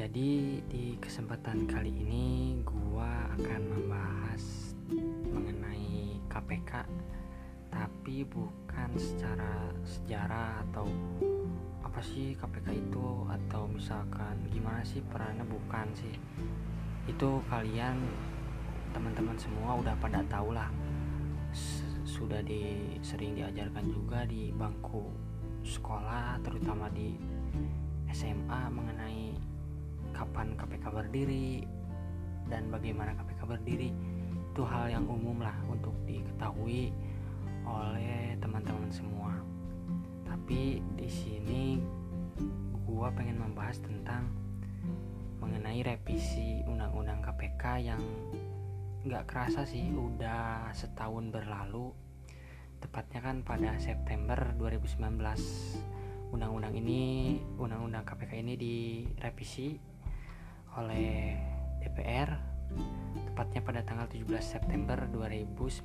Jadi di kesempatan kali ini gua akan membahas mengenai KPK, tapi bukan secara sejarah atau apa sih KPK itu, atau misalkan gimana sih perannya, bukan sih. Itu kalian teman-teman semua udah pada tahu lah, sudah sering diajarkan juga di bangku sekolah, terutama di SMA, mengenai kapan KPK berdiri dan bagaimana KPK berdiri. Itu hal yang umum lah untuk diketahui oleh teman-teman semua. Tapi di sini gua pengen membahas tentang mengenai revisi undang-undang KPK yang gak kerasa sih udah setahun berlalu. Tepatnya kan pada September 2019 undang-undang KPK ini direvisi oleh DPR, tepatnya pada tanggal 17 September 2019.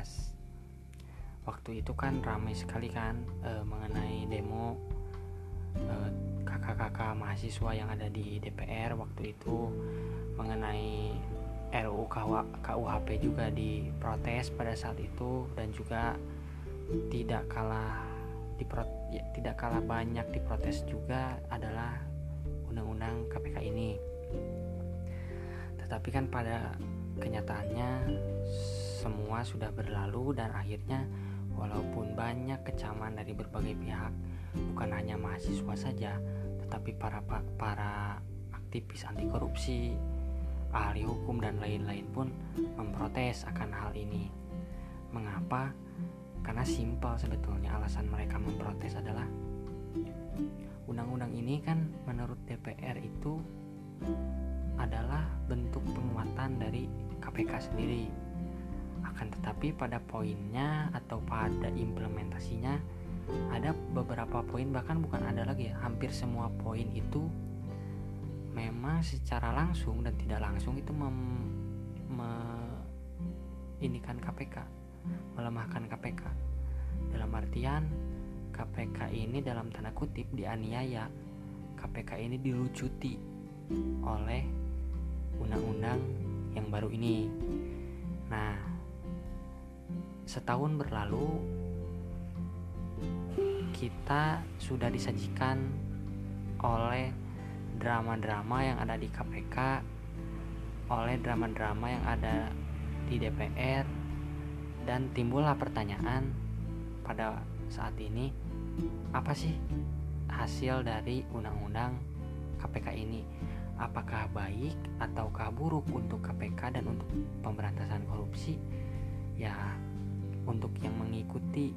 Waktu itu kan ramai sekali kan mengenai demo kakak-kakak mahasiswa yang ada di DPR waktu itu, mengenai RUU KUHP juga diprotes pada saat itu, dan juga tidak kalah banyak diprotes juga adalah undang-undang KPK ini. Tetapi kan pada kenyataannya semua sudah berlalu, dan akhirnya walaupun banyak kecaman dari berbagai pihak, bukan hanya mahasiswa saja, tetapi para aktivis anti korupsi, ahli hukum dan lain-lain pun memprotes akan hal ini. Mengapa? Karena simpel sebetulnya alasan mereka memprotes adalah undang-undang ini kan menurut DPR itu adalah bentuk penguatan dari KPK sendiri. Akan tetapi pada poinnya atau pada implementasinya ada beberapa poin, bahkan bukan ada lagi ya, hampir semua poin itu memang secara langsung dan tidak langsung itu inikan KPK, melemahkan KPK. Dalam artian KPK ini dalam tanda kutip dianiaya, KPK ini dilucuti oleh undang-undang yang baru ini. Nah, setahun berlalu kita sudah disajikan oleh drama-drama yang ada di KPK, oleh drama-drama yang ada di DPR, dan timbullah pertanyaan pada saat ini, apa sih hasil dari undang-undang KPK ini? Apakah baik ataukah buruk untuk KPK dan untuk pemberantasan korupsi? Ya, untuk yang mengikuti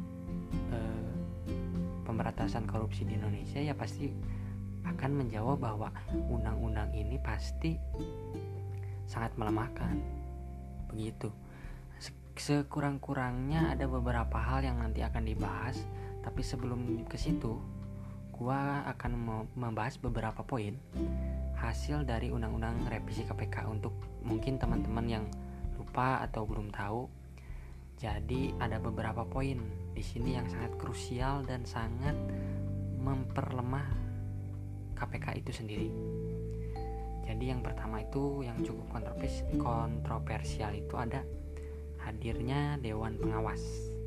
pemberantasan korupsi di Indonesia ya pasti akan menjawab bahwa undang-undang ini pasti sangat melemahkan. Begitu. Sekurang-kurangnya ada beberapa hal yang nanti akan dibahas, tapi sebelum ke situ gua akan membahas beberapa poin hasil dari undang-undang revisi KPK untuk mungkin teman-teman yang lupa atau belum tahu. Jadi ada beberapa poin di sini yang sangat krusial dan sangat memperlemah KPK itu sendiri. Jadi yang pertama itu yang cukup kontroversial itu ada hadirnya Dewan Pengawas.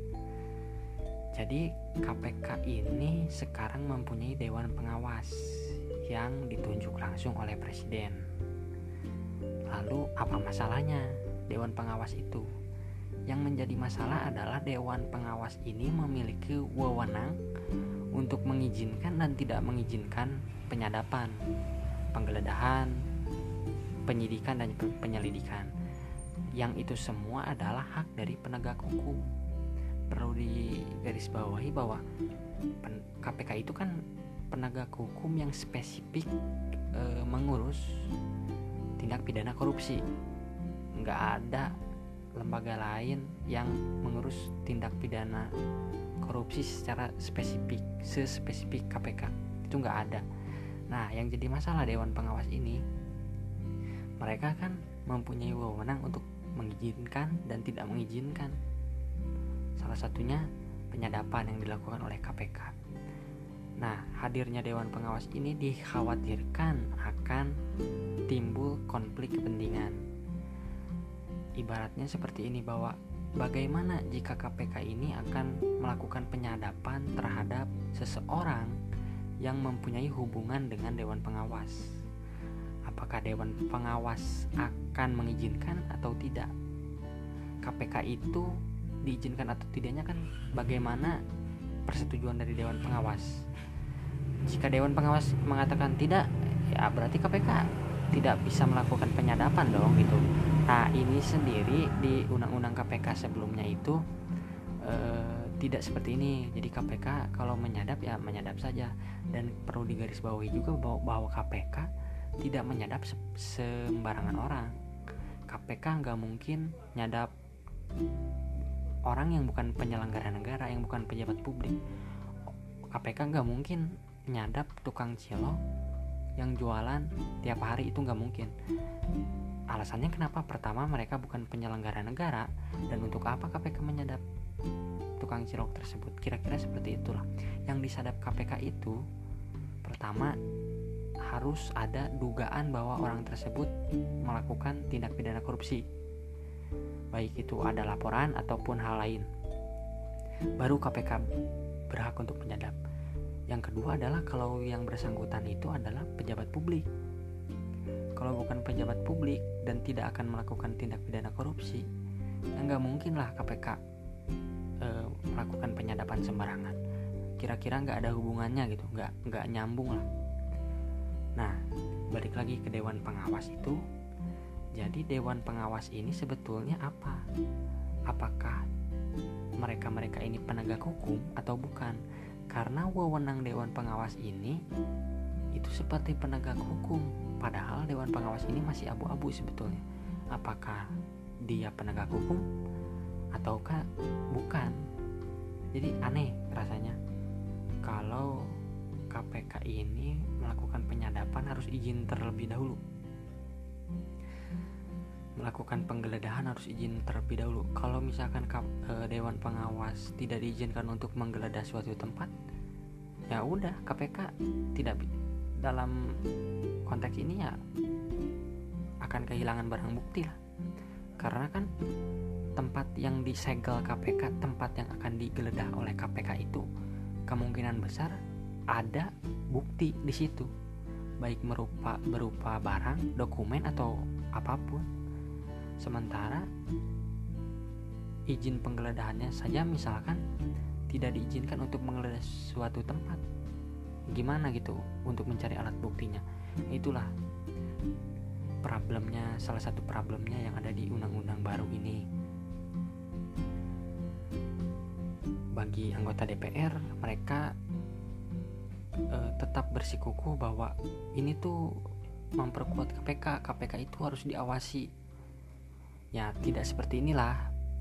Jadi KPK ini sekarang mempunyai Dewan Pengawas yang ditunjuk langsung oleh Presiden. Lalu apa masalahnya Dewan Pengawas itu? Yang menjadi masalah adalah Dewan Pengawas ini memiliki wewenang untuk mengizinkan dan tidak mengizinkan penyadapan, penggeledahan, penyidikan dan penyelidikan. Yang itu semua adalah hak dari penegak hukum. Perlu digarisbawahi bahwa KPK itu kan penegak hukum yang spesifik mengurus tindak pidana korupsi. Nggak ada lembaga lain yang mengurus tindak pidana korupsi secara sespesifik KPK. Itu nggak ada. Nah, yang jadi masalah Dewan Pengawas ini, mereka kan mempunyai wewenang untuk mengizinkan dan tidak mengizinkan. Salah satunya penyadapan yang dilakukan oleh KPK. Nah, hadirnya Dewan Pengawas ini dikhawatirkan akan timbul konflik kepentingan. Ibaratnya seperti ini, bahwa bagaimana jika KPK ini akan melakukan penyadapan terhadap seseorang yang mempunyai hubungan dengan Dewan Pengawas. Apakah Dewan Pengawas akan mengizinkan atau tidak? KPK itu diizinkan atau tidaknya kan bagaimana persetujuan dari Dewan Pengawas. Jika Dewan Pengawas mengatakan tidak, ya berarti KPK tidak bisa melakukan penyadapan dong gitu. Nah, ini sendiri di Undang-Undang KPK sebelumnya itu tidak seperti ini. Jadi KPK kalau menyadap ya menyadap saja, dan perlu digarisbawahi juga bahwa KPK tidak menyadap sembarangan orang. KPK nggak mungkin nyadap orang yang bukan penyelenggara negara, yang bukan pejabat publik. KPK nggak mungkin nyadap tukang cilok yang jualan tiap hari, itu nggak mungkin. Alasannya kenapa? Pertama, mereka bukan penyelenggara negara, dan untuk apa KPK menyadap tukang cilok tersebut? Kira-kira seperti itulah. Yang disadap KPK itu pertama harus ada dugaan bahwa orang tersebut melakukan tindak pidana korupsi, baik itu ada laporan ataupun hal lain, baru KPK berhak untuk menyadap. Yang kedua adalah kalau yang bersangkutan itu adalah pejabat publik. Kalau bukan pejabat publik dan tidak akan melakukan tindak pidana korupsi, ya nggak mungkin lah KPK melakukan penyadapan sembarangan. Kira-kira nggak ada hubungannya gitu, nggak nyambung lah. Nah, balik lagi ke Dewan Pengawas itu. Jadi Dewan Pengawas ini sebetulnya apa? Apakah mereka ini penegak hukum atau bukan? Karena wewenang Dewan Pengawas ini itu seperti penegak hukum, padahal Dewan Pengawas ini masih abu-abu sebetulnya. Apakah dia penegak hukum ataukah bukan? Jadi aneh rasanya kalau KPK ini melakukan penyadapan harus izin terlebih dahulu, melakukan penggeledahan harus izin terlebih dahulu. Kalau misalkan Dewan Pengawas tidak diizinkan untuk menggeledah suatu tempat, ya udah KPK tidak, dalam konteks ini ya akan kehilangan barang bukti lah. Karena kan tempat yang disegel KPK, tempat yang akan digeledah oleh KPK itu kemungkinan besar ada bukti di situ, baik berupa barang, dokumen atau apapun. Sementara izin penggeledahannya saja misalkan tidak diizinkan untuk menggeledah suatu tempat, gimana gitu untuk mencari alat buktinya? Itulah problemnya, salah satu problemnya yang ada di undang-undang baru ini. Bagi anggota DPR, mereka tetap bersikukuh bahwa ini tuh memperkuat KPK. KPK itu harus diawasi. Ya tidak seperti inilah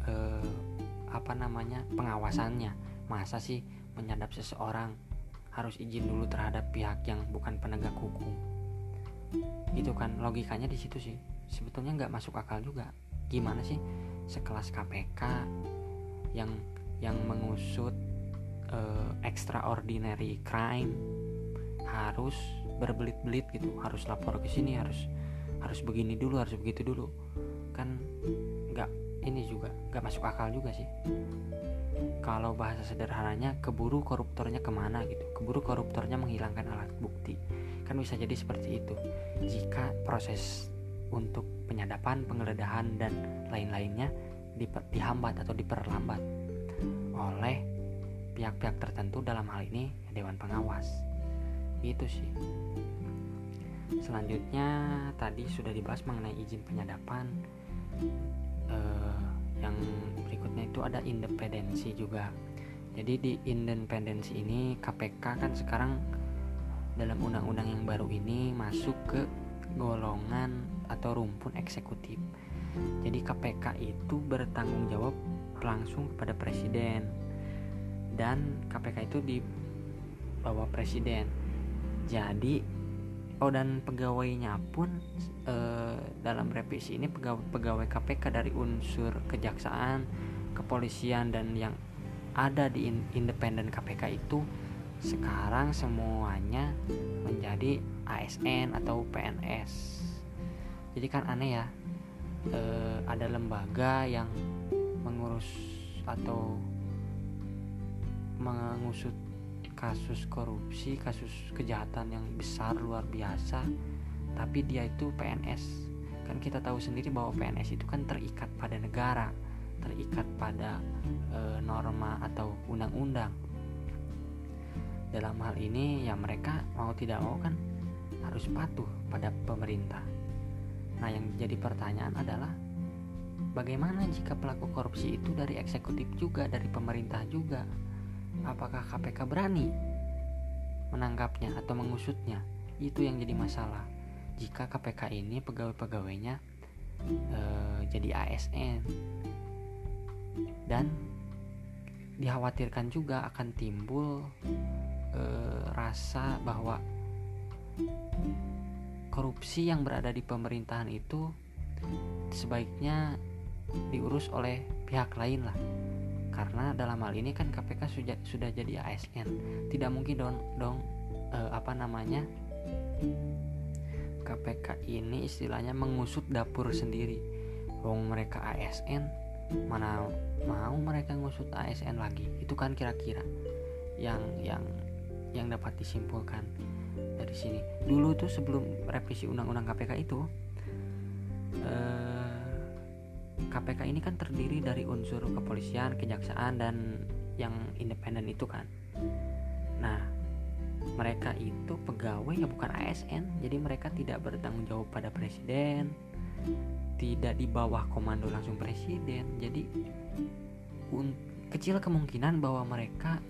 pengawasannya. Masa sih menyadap seseorang harus izin dulu terhadap pihak yang bukan penegak hukum? Itu kan logikanya di situ sih. Sebetulnya nggak masuk akal juga. Gimana sih sekelas KPK yang mengusut extraordinary crime harus berbelit-belit gitu, harus lapor ke sini, harus begini dulu, harus begitu dulu, kan nggak masuk akal juga sih. Kalau bahasa sederhananya, keburu koruptornya kemana gitu, keburu koruptornya menghilangkan alat bukti, kan bisa jadi seperti itu jika proses untuk penyadapan, penggeledahan dan lain-lainnya dihambat atau diperlambat oleh pihak-pihak tertentu, dalam hal ini Dewan Pengawas. Itu sih. Selanjutnya tadi sudah dibahas mengenai izin penyadapan. Yang berikutnya itu ada independensi juga. Jadi di independensi ini KPK kan sekarang dalam undang-undang yang baru ini masuk ke golongan atau rumpun eksekutif. Jadi KPK itu bertanggung jawab langsung kepada presiden, dan KPK itu di bawah presiden. Jadi dan pegawainya pun dalam revisi ini pegawai KPK dari unsur kejaksaan, kepolisian dan yang ada di independen KPK itu sekarang semuanya menjadi ASN atau PNS. Jadi kan aneh ya, ada lembaga yang mengurus atau mengusut kasus korupsi, kasus kejahatan yang besar luar biasa, tapi dia itu PNS. Kan kita tahu sendiri bahwa PNS itu kan terikat pada negara, terikat pada norma atau undang-undang. Dalam hal ini ya mereka mau tidak mau kan harus patuh pada pemerintah. Nah, yang jadi pertanyaan adalah bagaimana jika pelaku korupsi itu dari eksekutif juga, dari pemerintah juga? Apakah KPK berani menangkapnya atau mengusutnya? Itu yang jadi masalah. Jika KPK ini pegawai-pegawainya jadi ASN, dan dikhawatirkan juga akan timbul rasa bahwa korupsi yang berada di pemerintahan itu sebaiknya diurus oleh pihak lain lah. Karena dalam hal ini kan KPK sudah jadi ASN, tidak mungkin dong KPK ini istilahnya mengusut dapur sendiri. Wong mereka ASN, mana mau mereka ngusut ASN lagi. Itu kan kira-kira yang dapat disimpulkan dari sini. Dulu tuh sebelum revisi undang-undang KPK itu, KPK ini kan terdiri dari unsur kepolisian, kejaksaan, dan yang independen itu kan. Nah, mereka itu pegawai ya bukan ASN, jadi mereka tidak bertanggung jawab pada presiden, tidak di bawah komando langsung presiden. Jadi kecil kemungkinan bahwa mereka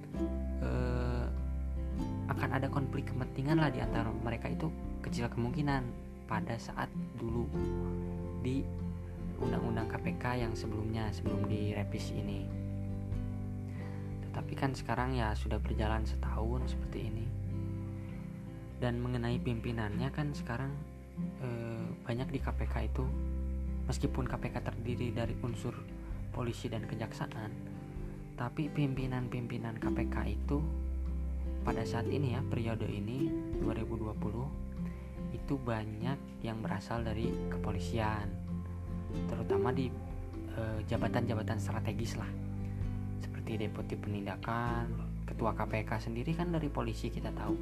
akan ada konflik kepentingan lah di antara mereka. Itu kecil kemungkinan pada saat dulu di undang-undang KPK yang sebelum direvisi ini. Tetapi kan sekarang ya sudah berjalan setahun seperti ini. Dan mengenai pimpinannya kan sekarang banyak di KPK itu, meskipun KPK terdiri dari unsur polisi dan kejaksaan, tapi pimpinan-pimpinan KPK itu pada saat ini ya, periode ini 2020, itu banyak yang berasal dari kepolisian, terutama di jabatan-jabatan strategis lah, seperti deputi penindakan. Ketua KPK sendiri kan dari polisi, kita tahu.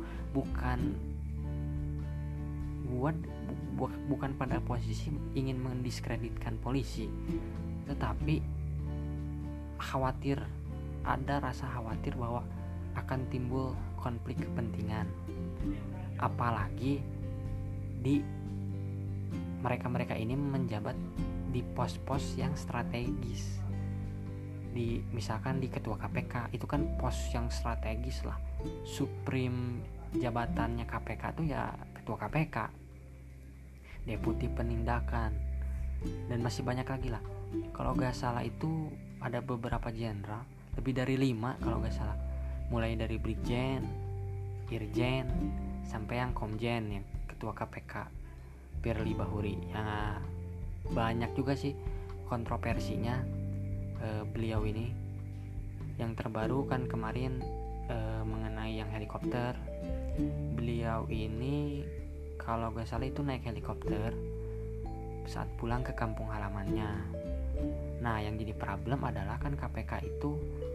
Bukan pada posisi ingin mendiskreditkan polisi, tetapi ada rasa khawatir bahwa akan timbul konflik kepentingan, apalagi di mereka ini menjabat di pos-pos yang strategis. Misalkan di ketua KPK itu kan pos yang strategis lah, supreme jabatannya KPK tuh ya ketua KPK, deputi penindakan, dan masih banyak lagi lah. Kalau gak salah itu ada beberapa jenderal, lebih dari 5 kalau gak salah, mulai dari brigjen, irjen, sampai yang komjen, yang ketua KPK Firly Bahuri. Ya banyak juga sih kontroversinya beliau ini. Yang terbaru kan kemarin mengenai yang helikopter. Beliau ini kalau gak salah itu naik helikopter saat pulang ke kampung halamannya. Nah, yang jadi problem adalah kan KPK itu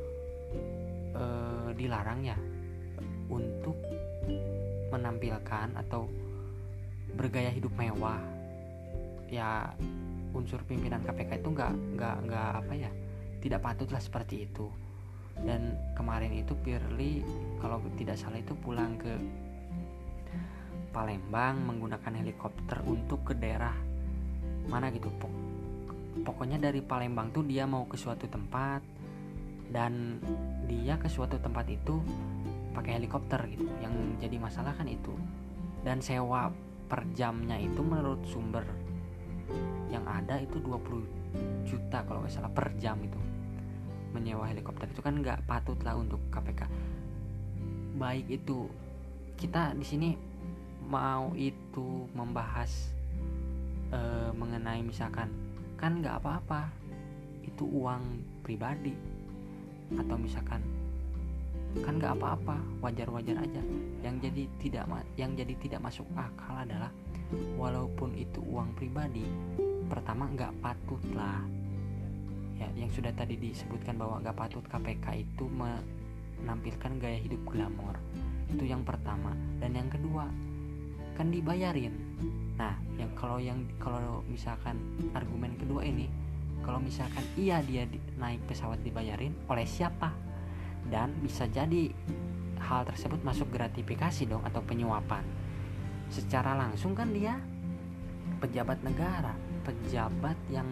dilarang ya untuk menampilkan atau bergaya hidup mewah. Ya unsur pimpinan KPK itu nggak tidak patutlah seperti itu. Dan kemarin itu Firly kalau tidak salah itu pulang ke Palembang menggunakan helikopter untuk ke daerah mana gitu. Pokoknya dari Palembang tuh dia mau ke suatu tempat, dan dia ke suatu tempat itu pakai helikopter gitu. Yang jadi masalah kan itu. Dan sewa per jamnya itu menurut sumber yang ada itu 20 juta kalau nggak salah per jam itu. Menyewa helikopter itu kan nggak patut lah untuk KPK. Baik itu kita di sini mau itu membahas mengenai misalkan kan nggak apa-apa itu uang pribadi, atau misalkan kan nggak apa-apa, wajar-wajar aja. Yang jadi tidak masuk akal adalah walaupun itu uang pribadi, pertama nggak patut lah ya, yang sudah tadi disebutkan bahwa nggak patut KPK itu menampilkan gaya hidup glamor, itu yang pertama. Dan yang kedua, kan dibayarin. Nah, kalau misalkan argumen kedua ini, kalau misalkan iya dia naik pesawat dibayarin, oleh siapa? Dan bisa jadi hal tersebut masuk gratifikasi dong, atau penyuapan. Secara langsung kan dia pejabat negara, pejabat yang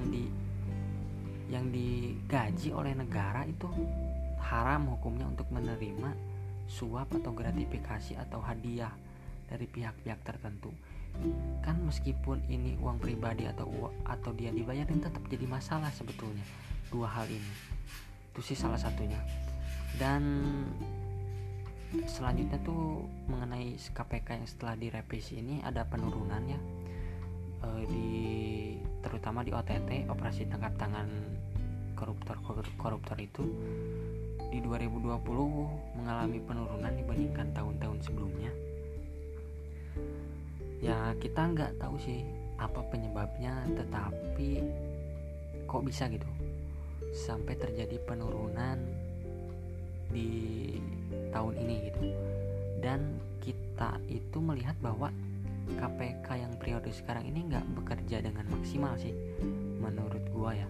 digaji oleh negara, itu haram hukumnya untuk menerima suap atau gratifikasi atau hadiah dari pihak-pihak tertentu. Kan meskipun ini uang pribadi atau dia dibayarin, tetap jadi masalah sebetulnya dua hal ini. Itu sih salah satunya. Dan selanjutnya tuh mengenai KPK yang setelah direvisi ini ada penurunan ya, terutama di OTT, operasi tangkap tangan koruptor itu di 2020 mengalami penurunan dibandingkan tahun-tahun sebelumnya. Ya kita nggak tahu sih apa penyebabnya, tetapi kok bisa gitu sampai terjadi penurunan di tahun ini gitu. Dan kita itu melihat bahwa KPK yang periode sekarang ini nggak bekerja dengan maksimal sih menurut gua ya.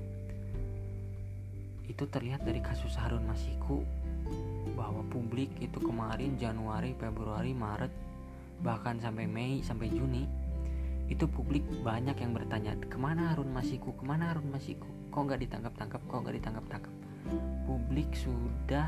Itu terlihat dari kasus Harun Masiku, bahwa publik itu kemarin Januari, Februari, Maret, bahkan sampai Mei, sampai Juni, itu publik banyak yang bertanya, kemana Harun Masiku, kok nggak ditangkap. Publik sudah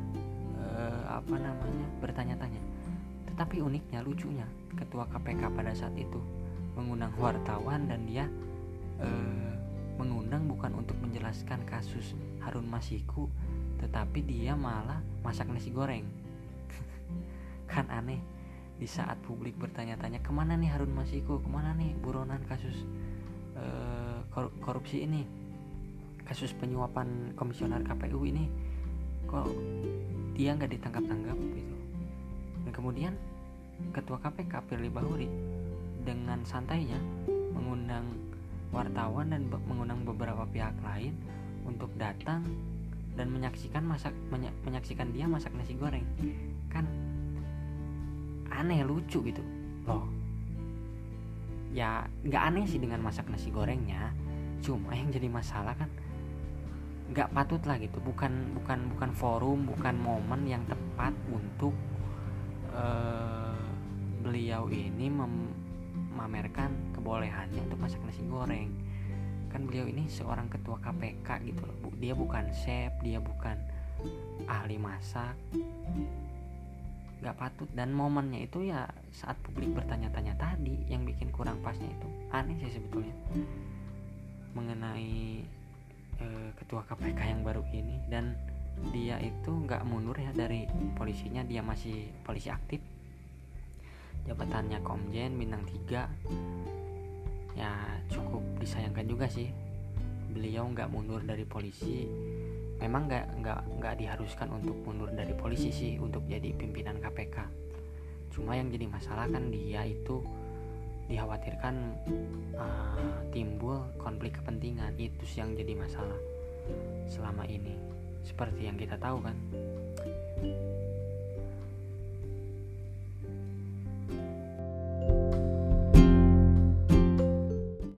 bertanya-tanya. Tetapi uniknya, lucunya, ketua KPK pada saat itu mengundang wartawan, dan dia mengundang bukan untuk menjelaskan kasus Harun Masiku, tetapi dia malah masak nasi goreng. Kan aneh, di saat publik bertanya-tanya kemana nih Harun Masiku, kemana nih buronan kasus korupsi ini, kasus penyuapan komisioner KPU ini, kok dia nggak ditangkap gitu. Dan kemudian ketua KPK Firly Bahuri dengan santainya mengundang wartawan dan mengundang beberapa pihak lain untuk datang dan menyaksikan dia masak nasi goreng. Kan aneh, lucu gitu loh. Ya nggak aneh sih dengan masak nasi gorengnya, cuma yang jadi masalah kan nggak patut lah gitu. Bukan forum, bukan momen yang tepat untuk beliau ini memamerkan kebolehannya untuk masak nasi goreng. Kan beliau ini seorang ketua KPK gitu loh. Dia bukan chef, dia bukan ahli masak. Gak patut. Dan momennya itu ya saat publik bertanya-tanya tadi, yang bikin kurang pasnya itu aneh sih sebetulnya mengenai ketua KPK yang baru ini. Dan dia itu gak mundur ya dari polisinya, dia masih polisi aktif, jabatannya Komjen bintang 3. Ya cukup disayangkan juga sih, beliau gak mundur dari polisi. Memang nggak diharuskan untuk mundur dari polisi sih untuk jadi pimpinan KPK. Cuma yang jadi masalah kan dia itu dikhawatirkan timbul konflik kepentingan. Itu sih yang jadi masalah selama ini. Seperti yang kita tahu kan,